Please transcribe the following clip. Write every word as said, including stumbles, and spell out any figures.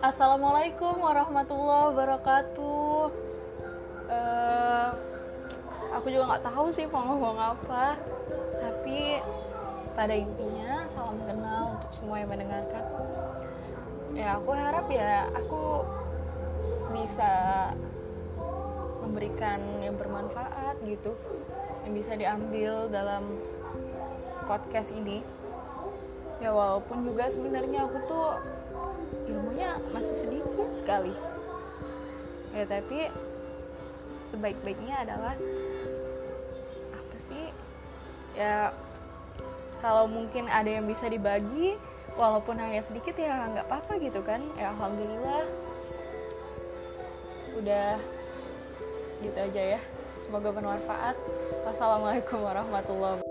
Assalamualaikum warahmatullahi wabarakatuh. Eh, aku juga nggak tahu sih mau ngomong apa, tapi pada intinya salam kenal untuk semua yang mendengarkan. Ya aku harap ya aku bisa memberikan yang bermanfaat gitu, yang bisa diambil dalam podcast ini. Ya walaupun juga sebenarnya aku tuh ilmunya masih sedikit sekali. Ya tapi sebaik-baiknya adalah apa sih? Ya kalau mungkin ada yang bisa dibagi walaupun hanya sedikit ya nggak apa-apa gitu kan. Ya alhamdulillah. Udah gitu aja ya. Semoga bermanfaat. Wassalamualaikum warahmatullahi wabarakatuh.